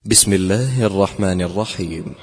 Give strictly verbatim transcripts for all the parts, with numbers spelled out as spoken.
بسم الله الرحمن الرحيم.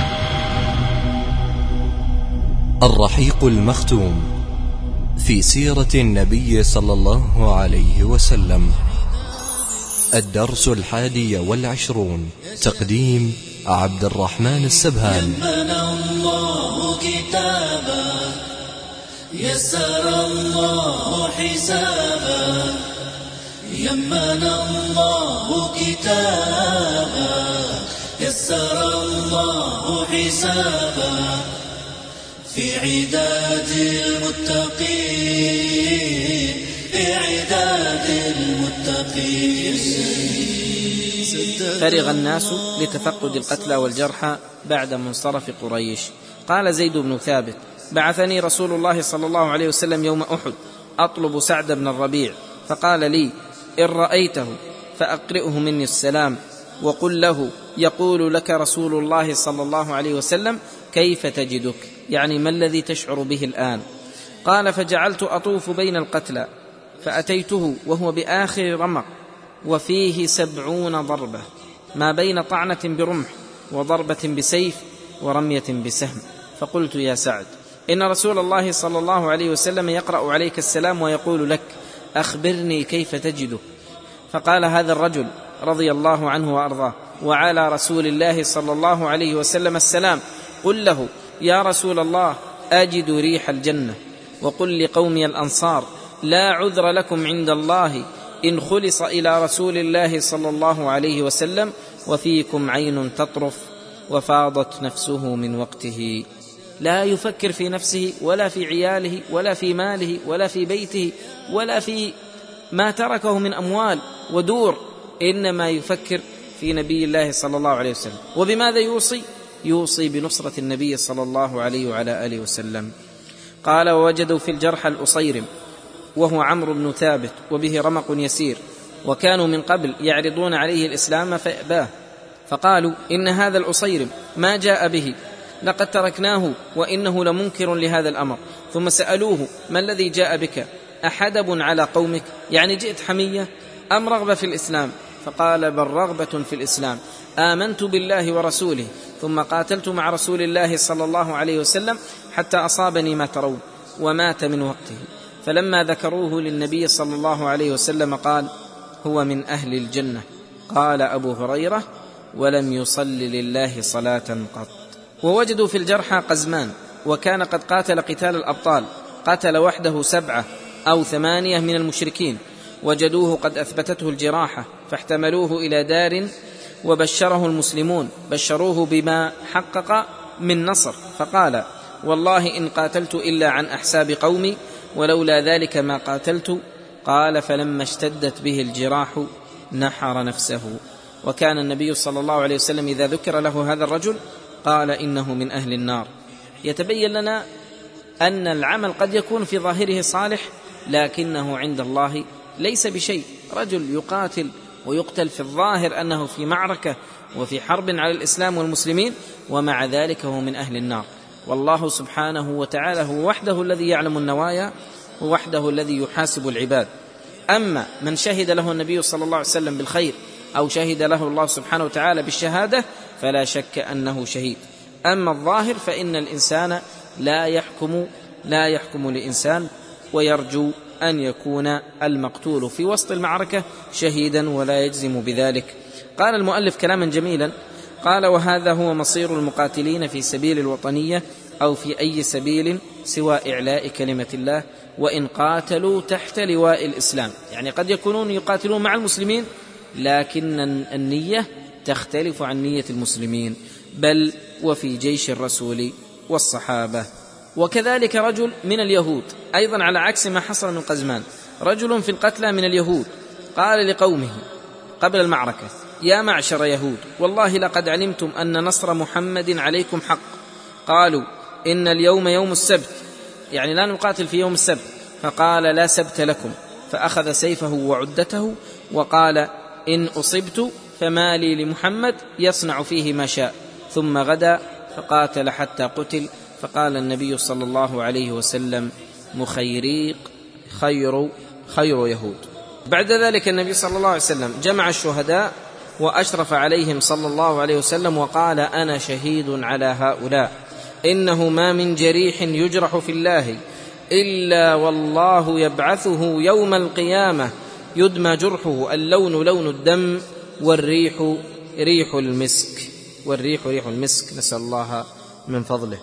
الرحيق المختوم في سيرة النبي صلى الله عليه وسلم، الدرس الحادي والعشرون، تقديم عبد الرحمن السبهان. يمن الله كتابا، يسر الله حسابا، يمن الله كتابا، يسر الله حسابا، في عداد المتقين، في عداد المتقين. فرغ الناس لتفقد القتلى والجرحى بعد منصرف قريش. قال زيد بن ثابت: بعثني رسول الله صلى الله عليه وسلم يوم أحد أطلب سعد بن الربيع، فقال لي: إن رأيته فأقرئه مني السلام، وقل له يقول لك رسول الله صلى الله عليه وسلم: كيف تجدك؟ يعني ما الذي تشعر به الآن؟ قال: فجعلت أطوف بين القتلى، فأتيته وهو بآخر رمق، وفيه سبعون ضربة، ما بين طعنة برمح وضربة بسيف ورمية بسهم. فقلت: يا سعد، إن رسول الله صلى الله عليه وسلم يقرأ عليك السلام ويقول لك: أخبرني كيف تجده. فقال هذا الرجل رضي الله عنه وأرضاه: وعلى رسول الله صلى الله عليه وسلم السلام، قل له: يا رسول الله، أجد ريح الجنة، وقل لقومي الأنصار: لا عذر لكم عند الله إن خلص إلى رسول الله صلى الله عليه وسلم وفيكم عين تطرف. وفاضت نفسه من وقته، لا يفكر في نفسه ولا في عياله ولا في ماله ولا في بيته ولا في ما تركه من أموال ودور، إنما يفكر في نبي الله صلى الله عليه وسلم. وبماذا يوصي؟ يوصي بنصرة النبي صلى الله عليه وعلى آله وسلم. قال: ووجدوا في الجرح الأصيرم، وهو عمرو بن ثابت، وبه رمق يسير، وكانوا من قبل يعرضون عليه الإسلام فأباه، فقالوا: إن هذا الأصيرم ما جاء به، لقد تركناه وإنه لمنكر لهذا الأمر. ثم سألوه: ما الذي جاء بك؟ أحدب على قومك؟ يعني جئت حمية أم رغبة في الإسلام؟ فقال: بل رغبة في الإسلام، آمنت بالله ورسوله، ثم قاتلت مع رسول الله صلى الله عليه وسلم حتى أصابني ما ترون، ومات من وقته. فلما ذكروه للنبي صلى الله عليه وسلم قال: هو من أهل الجنة. قال أبو هريرة: ولم يصل لله صلاة قط. ووجدوا في الجرحى قزمان، وكان قد قاتل قتال الأبطال، قتل وحده سبعة أو ثمانية من المشركين، وجدوه قد أثبتته الجراحة، فاحتملوه إلى دار، وبشره المسلمون، بشروه بما حقق من نصر، فقال: والله إن قاتلت إلا عن أحساب قومي، ولولا ذلك ما قاتلت. قال: فلما اشتدت به الجراح نحر نفسه. وكان النبي صلى الله عليه وسلم إذا ذكر له هذا الرجل قال: إنه من أهل النار. يتبين لنا أن العمل قد يكون في ظاهره صالح، لكنه عند الله ليس بشيء. رجل يقاتل ويقتل في الظاهر أنه في معركة وفي حرب على الإسلام والمسلمين، ومع ذلك هو من أهل النار. والله سبحانه وتعالى هو وحده الذي يعلم النوايا، ووحده الذي يحاسب العباد. أما من شهد له النبي صلى الله عليه وسلم بالخير، أو شهد له الله سبحانه وتعالى بالشهادة، فلا شك أنه شهيد. أما الظاهر فإن الإنسان لا يحكم لا يحكم لإنسان، ويرجو أن يكون المقتول في وسط المعركة شهيدا ولا يجزم بذلك. قال المؤلف كلاما جميلا، قال: وهذا هو مصير المقاتلين في سبيل الوطنية، أو في أي سبيل سوى إعلاء كلمة الله، وإن قاتلوا تحت لواء الإسلام. يعني قد يكونون يقاتلون مع المسلمين، لكن النية تختلف عن نية المسلمين، بل وفي جيش الرسول والصحابة. وكذلك رجل من اليهود أيضا، على عكس ما حصل من قزمان، رجل في القتلى من اليهود قال لقومه قبل المعركة: يا معشر يهود، والله لقد علمتم أن نصر محمد عليكم حق. قالوا: إن اليوم يوم السبت، يعني لا نقاتل في يوم السبت. فقال: لا سبت لكم. فأخذ سيفه وعدته وقال: إن أصبت فما لي لمحمد، يصنع فيه ما شاء. ثم غدا فقاتل حتى قتل. فقال النبي صلى الله عليه وسلم: مخيريق خير خير يهود. بعد ذلك النبي صلى الله عليه وسلم جمع الشهداء وأشرف عليهم صلى الله عليه وسلم وقال: أنا شهيد على هؤلاء، إنه ما من جريح يجرح في الله إلا والله يبعثه يوم القيامة يدمى جرحه، اللون لون الدم والريح ريح المسك، والريح ريح المسك، نسأل الله من فضله.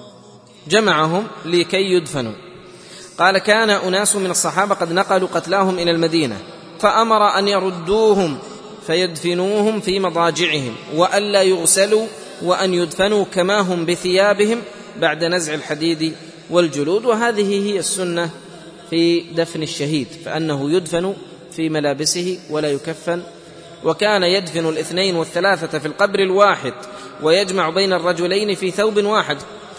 جمعهم لكي يدفنوا. قال: كان أناس من الصحابة قد نقلوا قتلاهم إلى المدينة، فأمر أن يردوهم فيدفنوهم في مضاجعهم، وألا يغسلوا، وأن يدفنوا كما هم بثيابهم بعد نزع الحديد والجلود. وهذه هي السنة في دفن الشهيد، فأنه يدفن في ملابسه ولا يكفن. وكان يدفن الاثنين والثلاثة في القبر الواحد، ويجمع بين الرجلين في ثوب واحد،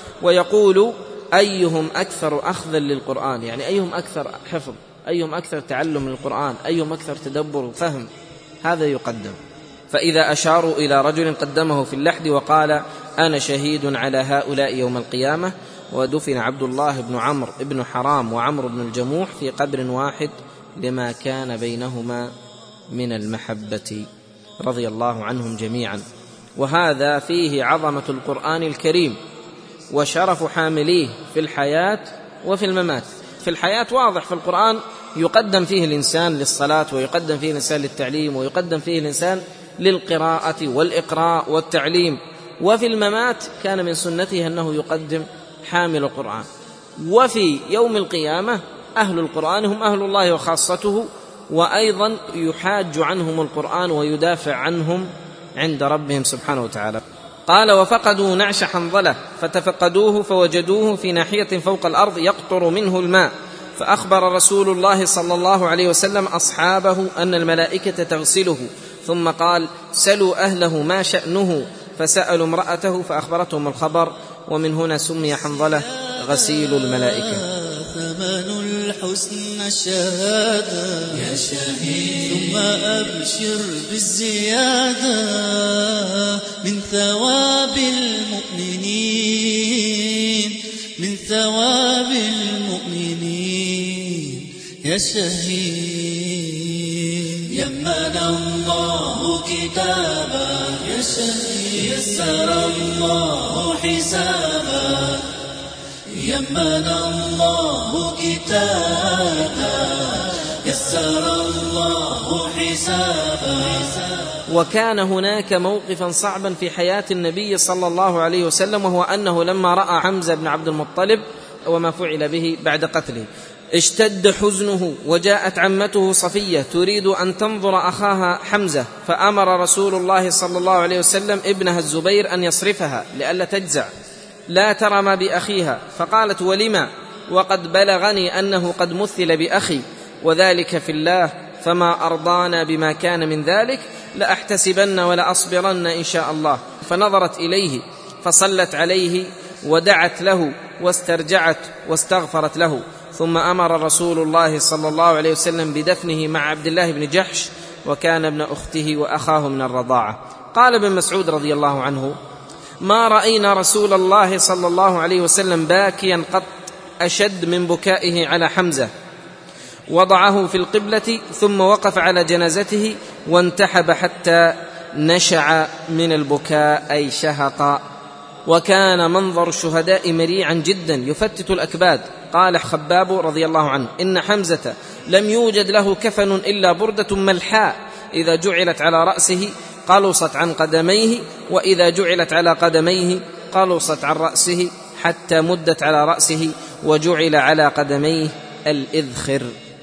ويقول: أيهم أكثر أخذا للقرآن، يعني أيهم أكثر حفظ، أيهم أكثر تعلم للقرآن، أيهم أكثر تدبر وفهم، هذا يقدم. فإذا أشاروا إلى رجل قدمه في اللحد وقال: أنا شهيد على هؤلاء يوم القيامة. ودفن عبد الله بن عمرو بن حرام وعمرو بن الجموح في قبر واحد لما كان بينهما من المحبة، رضي الله عنهم جميعا. وهذا فيه عظمة القرآن الكريم وشرف حامليه في الحياة وفي الممات. في الحياة واضح، في القرآن يقدم فيه الإنسان للصلاة، ويقدم فيه الإنسان للتعليم، ويقدم فيه الإنسان للقراءة والإقراء والتعليم. وفي الممات كان من سنته أنه يقدم حامل القرآن. وفي يوم القيامة أهل القرآن هم أهل الله وخاصته، وأيضا يحاج عنهم القرآن ويدافع عنهم عند ربهم سبحانه وتعالى. قال: وفقدوا نعش حنظلة فتفقدوه فوجدوه في ناحية فوق الأرض يقطر منه الماء، فأخبر رسول الله صلى الله عليه وسلم أصحابه أن الملائكة تغسله، ثم قال: سلوا أهله ما شأنه، فسألوا امرأته فأخبرتهم الخبر. ومن هنا سمي حنظلة غسيل الملائكة. ثمن الحسن الشهادة يا شهيد، ثم أبشر بالزيادة من ثواب المؤمنين، من ثواب المؤمنين يا شهيد. يمن الله كتابا يا شهيد، يسر الله حسابا، يمن الله كتابا يسر الله حسابا. وكان هناك موقفا صعبا في حياة النبي صلى الله عليه وسلم، وهو أنه لما رأى حمزة بن عبد المطلب وما فعل به بعد قتله اشتد حزنه، وجاءت عمته صفية تريد أن تنظر أخاها حمزة، فأمر رسول الله صلى الله عليه وسلم ابنها الزبير أن يصرفها لئلا تجزع، لا ترى ما بأخيها. فقالت: ولما؟ وقد بلغني أنه قد مثل بأخي، وذلك في الله، فما أرضانا بما كان من ذلك، لأحتسبن ولأصبرن إن شاء الله. فنظرت إليه فصلت عليه ودعت له واسترجعت واستغفرت له. ثم أمر رسول الله صلى الله عليه وسلم بدفنه مع عبد الله بن جحش، وكان ابن أخته وأخاه من الرضاعة. قال ابن مسعود رضي الله عنه: ما رأينا رسول الله صلى الله عليه وسلم باكيا قط أشد من بكائه على حمزة. وضعه في القبلة ثم وقف على جنازته وانتحب حتى نشع من البكاء أي شهق. وكان منظر الشهداء مريعا جدا يفتت الأكباد. قال خباب رضي الله عنه: إن حمزة لم يوجد له كفن إلا بردة ملحاء إذا جعلت على رأسه قلصت عن قدميه، وإذا جعلت على قدميه قلصت عن رأسه، حتى مدت على رأسه وجعل على قدميه الإذخر.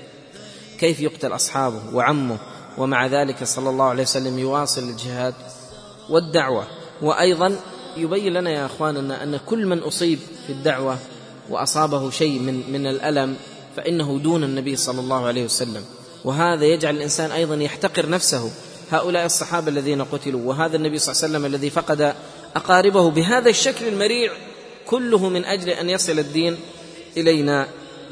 كيف يقتل أصحابه وعمه، ومع ذلك صلى الله عليه وسلم يواصل الجهاد والدعوة. وأيضا يبين لنا يا أخواننا أن كل من أصيب في الدعوة وأصابه شيء من, من الألم فإنه دون النبي صلى الله عليه وسلم، وهذا يجعل الإنسان أيضا يحتقر نفسه. هؤلاء الصحابة الذين قتلوا، وهذا النبي صلى الله عليه وسلم الذي فقد أقاربه بهذا الشكل المريع، كله من أجل أن يصل الدين إلينا.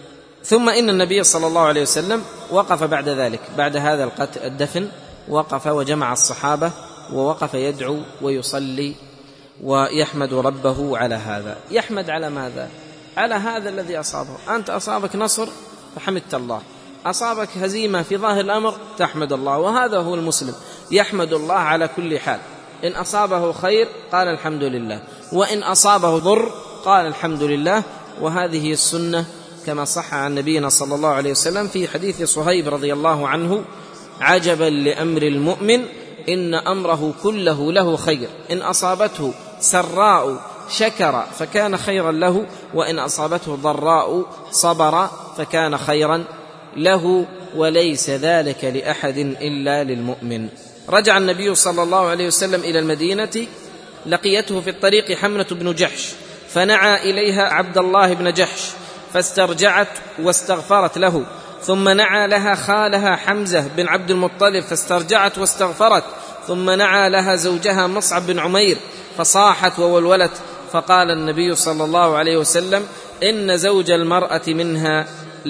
ثم إن النبي صلى الله عليه وسلم وقف بعد ذلك، بعد هذا القتل الدفن، وقف وجمع الصحابة ووقف يدعو ويصلي ويحمد ربه على هذا. يحمد على ماذا؟ على هذا الذي أصابه. أنت أصابك نصر فحمدت الله، أصابك هزيمة في ظاهر الأمر تحمد الله، وهذا هو المسلم. يحمد الله على كل حال، إن أصابه خير قال الحمد لله، وإن أصابه ضر قال الحمد لله. وهذه السنة كما صح عن نبينا صلى الله عليه وسلم في حديث صهيب رضي الله عنه: عجبا لأمر المؤمن إن أمره كله له خير، إن أصابته سراء شكر فكان خيرا له، وإن أصابته ضراء صبر فكان خيرا له، وليس ذلك لأحد إلا للمؤمن. رجع النبي صلى الله عليه وسلم إلى المدينة، لقيته في الطريق حمنة بن جحش، فنعى إليها عبد الله بن جحش فاسترجعت واستغفرت له، ثم نعى لها خالها حمزة بن عبد المطلب فاسترجعت واستغفرت، ثم نعى لها زوجها مصعب بن عمير فصاحت وولولت، فقال النبي صلى الله عليه وسلم: إن زوج المرأة منها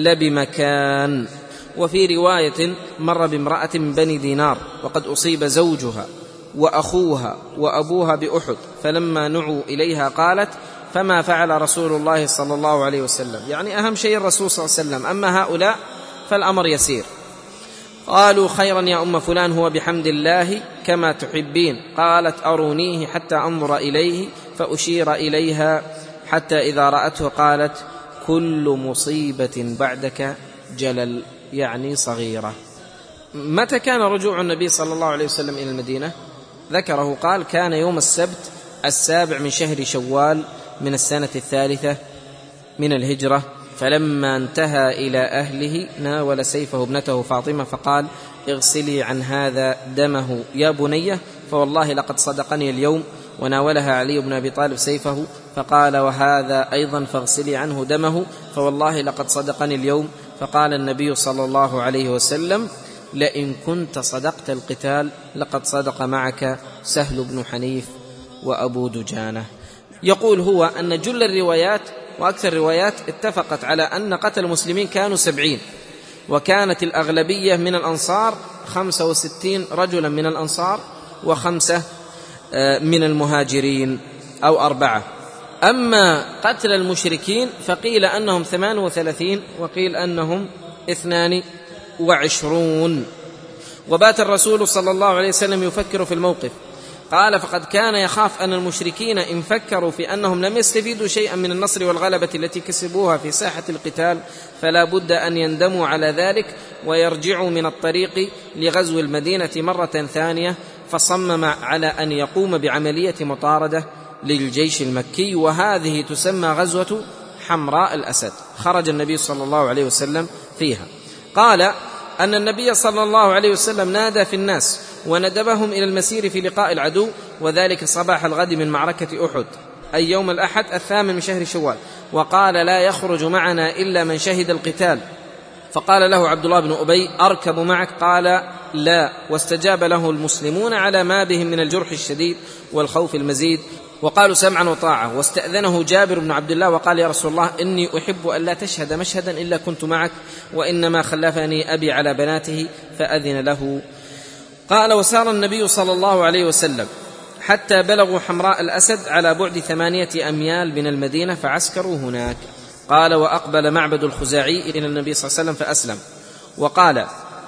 لبمكان. وفي رواية: مر بامرأة من بني دينار وقد أصيب زوجها وأخوها وأبوها بأحد، فلما نعوا إليها قالت: فما فعل رسول الله صلى الله عليه وسلم؟ يعني أهم شيء الرسول صلى الله عليه وسلم، أما هؤلاء فالأمر يسير. قالوا: خيرا يا أم فلان، هو بحمد الله كما تحبين. قالت: أرونيه حتى أنظر إليه، فأشير إليها حتى إذا رأته قالت: كل مصيبة بعدك جلل، يعني صغيرة. متى كان رجوع النبي صلى الله عليه وسلم إلى المدينة؟ ذكره، قال: كان يوم السبت السابع من شهر شوال من السنة الثالثة من الهجرة، فلما انتهى إلى أهله ناول سيفه ابنته فاطمة فقال: اغسلي عن هذا دمه يا بنية، فوالله لقد صدقني اليوم. وناولها علي بن أبي طالب سيفه فقال: وهذا أيضا فاغسلي عنه دمه، فوالله لقد صدقني اليوم. فقال النبي صلى الله عليه وسلم: لئن كنت صدقت القتال لقد صدق معك سهل بن حنيف وأبو دجانة. يقول هو أن جل الروايات وأكثر الروايات اتفقت على أن قتل المسلمين كانوا سبعين، وكانت الأغلبية من الأنصار، خمسة وستين رجلا من الأنصار وخمسة من المهاجرين أو أربعة. أما قتل المشركين فقيل أنهم ثمان وثلاثين وقيل أنهم اثنان وعشرون. وبات الرسول صلى الله عليه وسلم يفكر في الموقف، قال: فقد كان يخاف أن المشركين إن فكروا في أنهم لم يستفيدوا شيئا من النصر والغلبة التي كسبوها في ساحة القتال فلا بد أن يندموا على ذلك ويرجعوا من الطريق لغزو المدينة مرة ثانية، فصمم على أن يقوم بعملية مطاردة للجيش المكي، وهذه تسمى غزوة حمراء الأسد، خرج النبي صلى الله عليه وسلم فيها. قال أن النبي صلى الله عليه وسلم نادى في الناس وندبهم إلى المسير في لقاء العدو، وذلك صباح الغد من معركة أحد، أي يوم الأحد الثامن من شهر شوال، وقال: لا يخرج معنا إلا من شهد القتال. فقال له عبد الله بن أبي: أركب معك؟ قال: لا. واستجاب له المسلمون على ما بهم من الجرح الشديد والخوف المزيد، وقالوا سمعا وطاعة. واستأذنه جابر بن عبد الله وقال: يا رسول الله، إني أحب أن لا تشهد مشهدا إلا كنت معك، وإنما خلفني أبي على بناته، فأذن له. قال: وسار النبي صلى الله عليه وسلم حتى بلغوا حمراء الأسد على بعد ثمانية أميال من المدينة فعسكروا هناك. قال: وأقبل معبد الخزاعي إلى النبي صلى الله عليه وسلم فأسلم، وقال: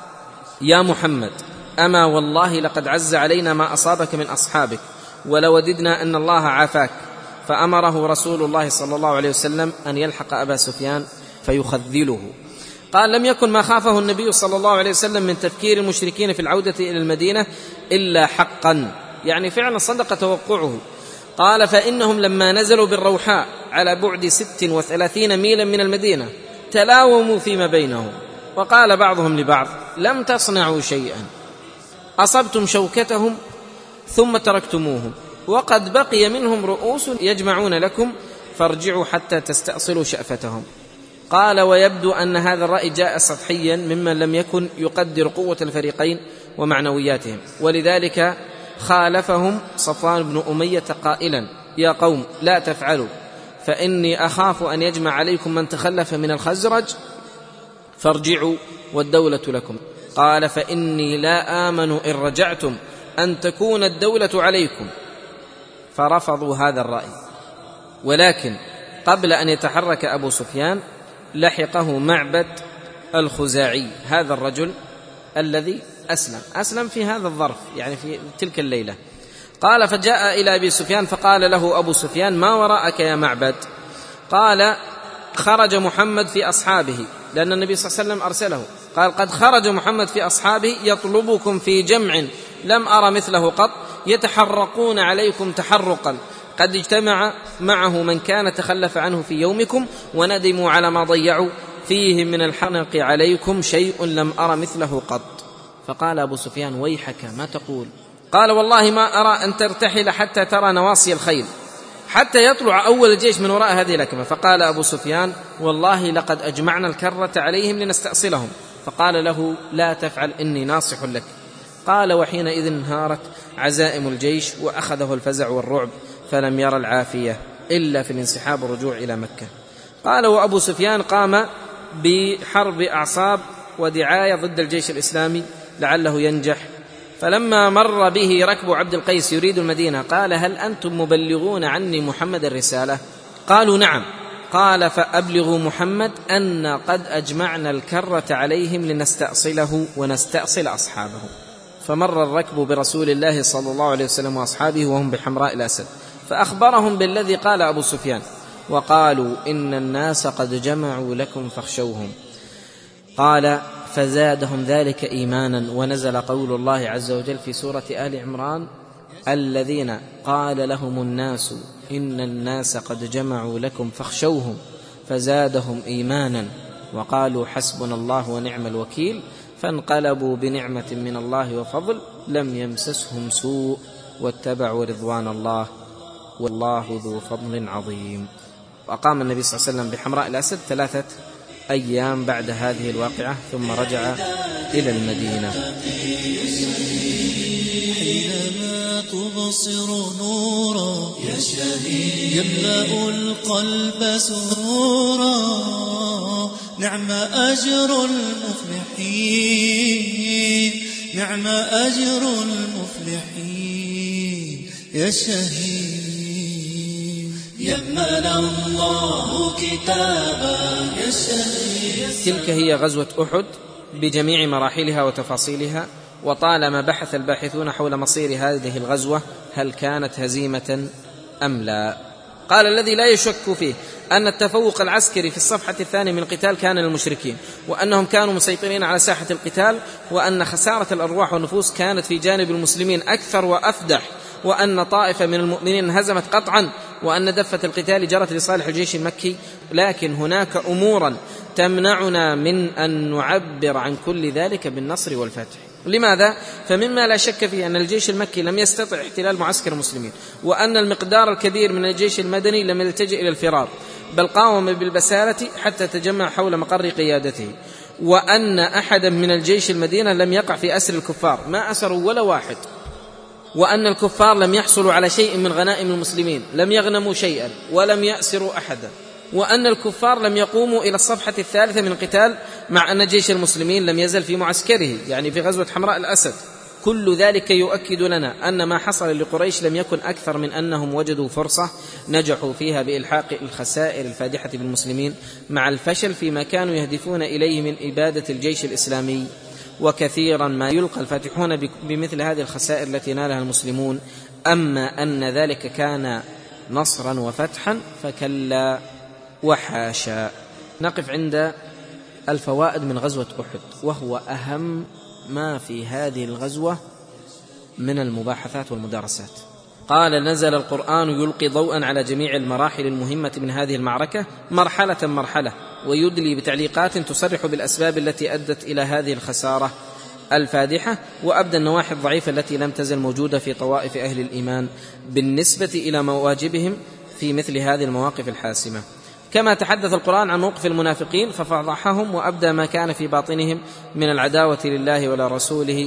يا محمد، أما والله لقد عز علينا ما أصابك من أصحابك، ولوددنا أن الله عافاك. فأمره رسول الله صلى الله عليه وسلم أن يلحق أبا سفيان فيخذله. قال: لم يكن ما خافه النبي صلى الله عليه وسلم من تفكير المشركين في العودة إلى المدينة إلا حقا، يعني فعلا صدق توقعه. قال: فإنهم لما نزلوا بالروحاء على بعد ست وثلاثين ميلا من المدينة تلاوموا فيما بينهم، وقال بعضهم لبعض: لم تصنعوا شيئا، أصبتم شوكتهم ثم تركتموهم، وقد بقي منهم رؤوس يجمعون لكم، فارجعوا حتى تستأصلوا شأفتهم. قال: ويبدو أن هذا الرأي جاء سطحيا ممن لم يكن يقدر قوة الفريقين ومعنوياتهم، ولذلك خالفهم صفوان بن أمية قائلا: يا قوم لا تفعلوا، فإني أخاف أن يجمع عليكم من تخلف من الخزرج، فارجعوا والدولة لكم. قال: فإني لا آمن إن رجعتم أن تكون الدولة عليكم. فرفضوا هذا الرأي. ولكن قبل أن يتحرك أبو سفيان لحقه معبد الخزاعي، هذا الرجل الذي أسلم أسلم في هذا الظرف، يعني في تلك الليلة. قال: فجاء إلى أبي سفيان فقال له أبو سفيان: ما وراءك يا معبد؟ قال: خرج محمد في أصحابه، لأن النبي صلى الله عليه وسلم أرسله. قال: قد خرج محمد في أصحابه يطلبكم في جمع لم أرى مثله قط، يتحرقون عليكم تحرقا، قد اجتمع معه من كان تخلف عنه في يومكم، وندموا على ما ضيعوا فيه من الحنق عليكم، شيء لم أرى مثله قط. فقال أبو سفيان: ويحك، ما تقول؟ قال: والله ما أرى أن ترتحل حتى ترى نواصي الخيل، حتى يطلع أول الجيش من وراء هذه الأكمة. فقال أبو سفيان: والله لقد أجمعنا الكرة عليهم لنستأصلهم. فقال له: لا تفعل، إني ناصح لك. قال: وحينئذ انهارت عزائم الجيش، وأخذه الفزع والرعب، فلم يرى العافية إلا في الانسحاب والرجوع إلى مكة. قال: وأبو سفيان قام بحرب أعصاب ودعاية ضد الجيش الإسلامي لعله ينجح. فلما مر به ركب عبد القيس يريد المدينة قال: هل أنتم مبلغون عني محمد الرسالة؟ قالوا: نعم. قال: فأبلغوا محمد أن قد أجمعنا الكرة عليهم لنستأصله ونستأصل أصحابه. فمر الركب برسول الله صلى الله عليه وسلم وأصحابه وهم بحمراء الأسد، فأخبرهم بالذي قال أبو سفيان، وقالوا: إن الناس قد جمعوا لكم فاخشوهم. قال: فزادهم ذلك إيمانا، ونزل قول الله عز وجل في سورة آل عمران: الذين قال لهم الناس إن الناس قد جمعوا لكم فاخشوهم، فزادهم إيمانا وقالوا حسبنا الله ونعم الوكيل، فانقلبوا بنعمة من الله وفضل لم يمسسهم سوء واتبعوا رضوان الله والله ذو فضل عظيم. وأقام النبي صلى الله عليه وسلم بحمراء الأسد ثلاثة أيام بعد هذه الواقعة، ثم رجع إلى المدينة. حينما تبصر نورا يا شهيد يملأ القلب سرورا، نعم أجر المفلحين، نعم أجر المفلحين يا شهيد. يمن الله كتابا يا شهيد. تلك هي غزوة أحد بجميع مراحلها وتفاصيلها. وطالما بحث الباحثون حول مصير هذه الغزوة هل كانت هزيمة أم لا. قال: الذي لا يشك فيه أن التفوق العسكري في الصفحة الثانية من القتال كان للمشركين، وأنهم كانوا مسيطرين على ساحة القتال، وأن خسارة الأرواح والنفوس كانت في جانب المسلمين أكثر وأفدح، وأن طائفة من المؤمنين انهزمت قطعا، وأن دفة القتال جرت لصالح الجيش المكي. لكن هناك أمورا تمنعنا من أن نعبر عن كل ذلك بالنصر والفتح. لماذا؟ فمما لا شك فيه أن الجيش المكي لم يستطع احتلال معسكر المسلمين، وأن المقدار الكبير من الجيش المدني لم يلتجئ إلى الفرار، بل قاوم بالبسالة حتى تجمع حول مقر قيادته، وأن أحدا من الجيش المدينة لم يقع في أسر الكفار، ما أسروا ولا واحد، وأن الكفار لم يحصلوا على شيء من غنائم المسلمين، لم يغنموا شيئا ولم يأسروا أحدا، وأن الكفار لم يقوموا إلى الصفحة الثالثة من القتال، مع أن جيش المسلمين لم يزل في معسكره، يعني في غزوة حمراء الأسد. كل ذلك يؤكد لنا أن ما حصل لقريش لم يكن أكثر من أنهم وجدوا فرصة نجحوا فيها بإلحاق الخسائر الفادحة بالمسلمين، مع الفشل فيما كانوا يهدفون إليه من إبادة الجيش الإسلامي. وكثيرا ما يلقى الفاتحون بمثل هذه الخسائر التي نالها المسلمون. أما أن ذلك كان نصرا وفتحا فكلا وحاشا. نقف عند الفوائد من غزوة أحد، وهو أهم ما في هذه الغزوة من المباحثات والمدارسات. قال: نزل القرآن يلقي ضوءا على جميع المراحل المهمة من هذه المعركة مرحلة مرحلة، ويدلي بتعليقات تصرح بالأسباب التي أدت إلى هذه الخسارة الفادحة، وأبدى النواحي الضعيفة التي لم تزل موجودة في طوائف أهل الإيمان بالنسبة إلى مواجبهم في مثل هذه المواقف الحاسمة. كما تحدث القرآن عن موقف المنافقين ففضحهم، وأبدى ما كان في باطنهم من العداوة لله ولرسوله،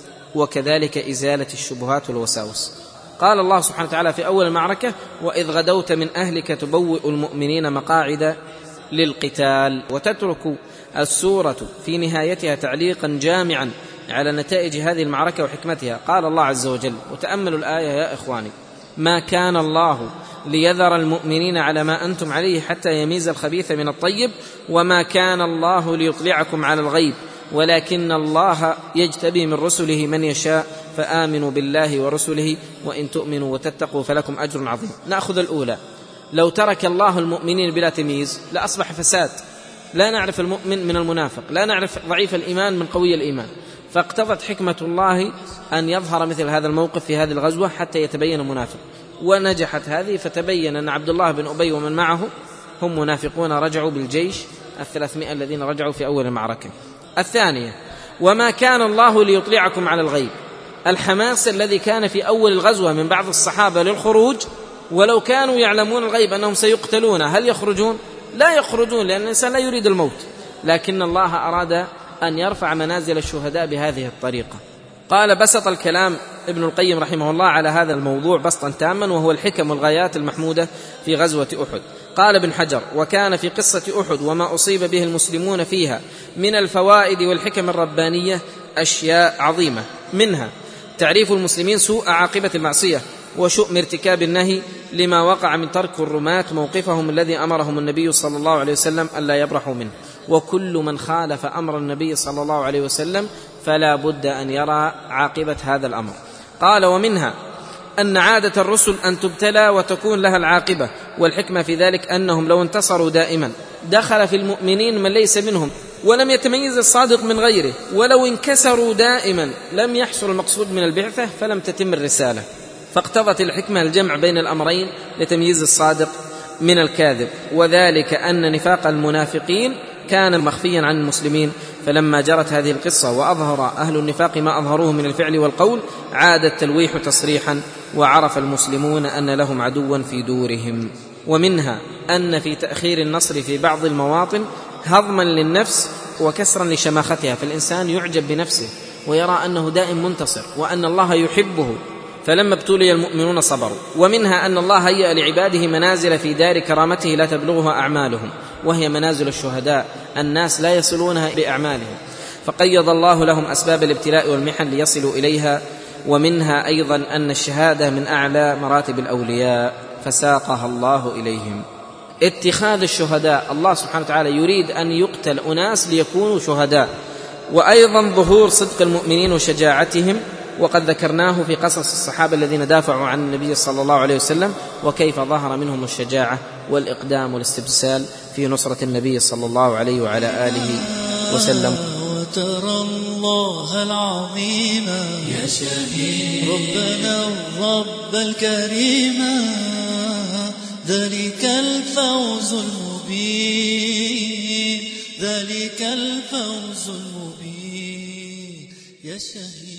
وكذلك إزالة الشبهات والوساوس. قال الله سبحانه وتعالى في أول المعركة: وإذ غدوت من أهلك تبوئ المؤمنين مقاعد للقتال. وتترك السورة في نهايتها تعليقا جامعا على نتائج هذه المعركة وحكمتها. قال الله عز وجل، وتأملوا الآية يا إخواني: ما كان الله ليذر المؤمنين على ما أنتم عليه حتى يميز الخبيث من الطيب، وما كان الله ليطلعكم على الغيب ولكن الله يجتبي من رسله من يشاء، فآمنوا بالله ورسله وإن تؤمنوا وتتقوا فلكم أجر عظيم. نأخذ الأولى: لو ترك الله المؤمنين بلا تمييز لأصبح فساد، لا نعرف المؤمن من المنافق، لا نعرف ضعيف الإيمان من قوي الإيمان، فاقتضت حكمة الله أن يظهر مثل هذا الموقف في هذه الغزوة حتى يتبين منافق، ونجحت هذه، فتبين أن عبد الله بن أبي ومن معه هم منافقون رجعوا بالجيش الثلاثمائة الذين رجعوا في أول المعركة. الثانية: وما كان الله ليطلعكم على الغيب، الحماس الذي كان في أول الغزوة من بعض الصحابة للخروج، ولو كانوا يعلمون الغيب أنهم سيقتلون هل يخرجون؟ لا يخرجون، لأن الإنسان لا يريد الموت، لكن الله أراد أن يرفع منازل الشهداء بهذه الطريقة. قال: بسط الكلام ابن القيم رحمه الله على هذا الموضوع بسطا تاما، وهو الحكم والغايات المحمودة في غزوة أحد. قال ابن حجر: وكان في قصة أحد وما أصيب به المسلمون فيها من الفوائد والحكم الربانية أشياء عظيمة، منها تعريف المسلمين سوء عاقبة المعصية وشؤم ارتكاب النهي، لما وقع من ترك الرماة موقفهم الذي أمرهم النبي صلى الله عليه وسلم ألا يبرحوا منه، وكل من خالف أمر النبي صلى الله عليه وسلم فلا بد أن يرى عاقبة هذا الأمر. قال: ومنها أن عادة الرسل أن تبتلى وتكون لها العاقبة، والحكمة في ذلك أنهم لو انتصروا دائما دخل في المؤمنين من ليس منهم ولم يتميز الصادق من غيره، ولو انكسروا دائما لم يحصل المقصود من البعثة فلم تتم الرسالة، فاقتضت الحكمة الجمع بين الأمرين لتمييز الصادق من الكاذب، وذلك أن نفاق المنافقين كان مخفيا عن المسلمين، فلما جرت هذه القصة وأظهر أهل النفاق ما أظهروه من الفعل والقول عاد التلويح تصريحا، وعرف المسلمون أن لهم عدوا في دورهم. ومنها أن في تأخير النصر في بعض المواطن هضما للنفس وكسرا لشماختها، فالإنسان يعجب بنفسه ويرى أنه دائم منتصر وأن الله يحبه، فلما ابتلي المؤمنون صبروا. ومنها أن الله هيأ لعباده منازل في دار كرامته لا تبلغها أعمالهم، وهي منازل الشهداء، الناس لا يصلونها بأعمالهم، فقيض الله لهم أسباب الابتلاء والمحن ليصلوا إليها. ومنها أيضا أن الشهادة من أعلى مراتب الأولياء فساقها الله إليهم. اتخاذ الشهداء، الله سبحانه وتعالى يريد أن يقتل أناس ليكونوا شهداء، وأيضا ظهور صدق المؤمنين وشجاعتهم، وقد ذكرناه في قصص الصحابة الذين دافعوا عن النبي صلى الله عليه وسلم، وكيف ظهر منهم الشجاعة والإقدام والاستبسال في نصرة النبي صلى الله عليه وعلى آله وسلم. وترى الله العظيم يا شهيد ربنا الرب الكريم، ذلك الفوز المبين، ذلك الفوز المبين يا شهيد.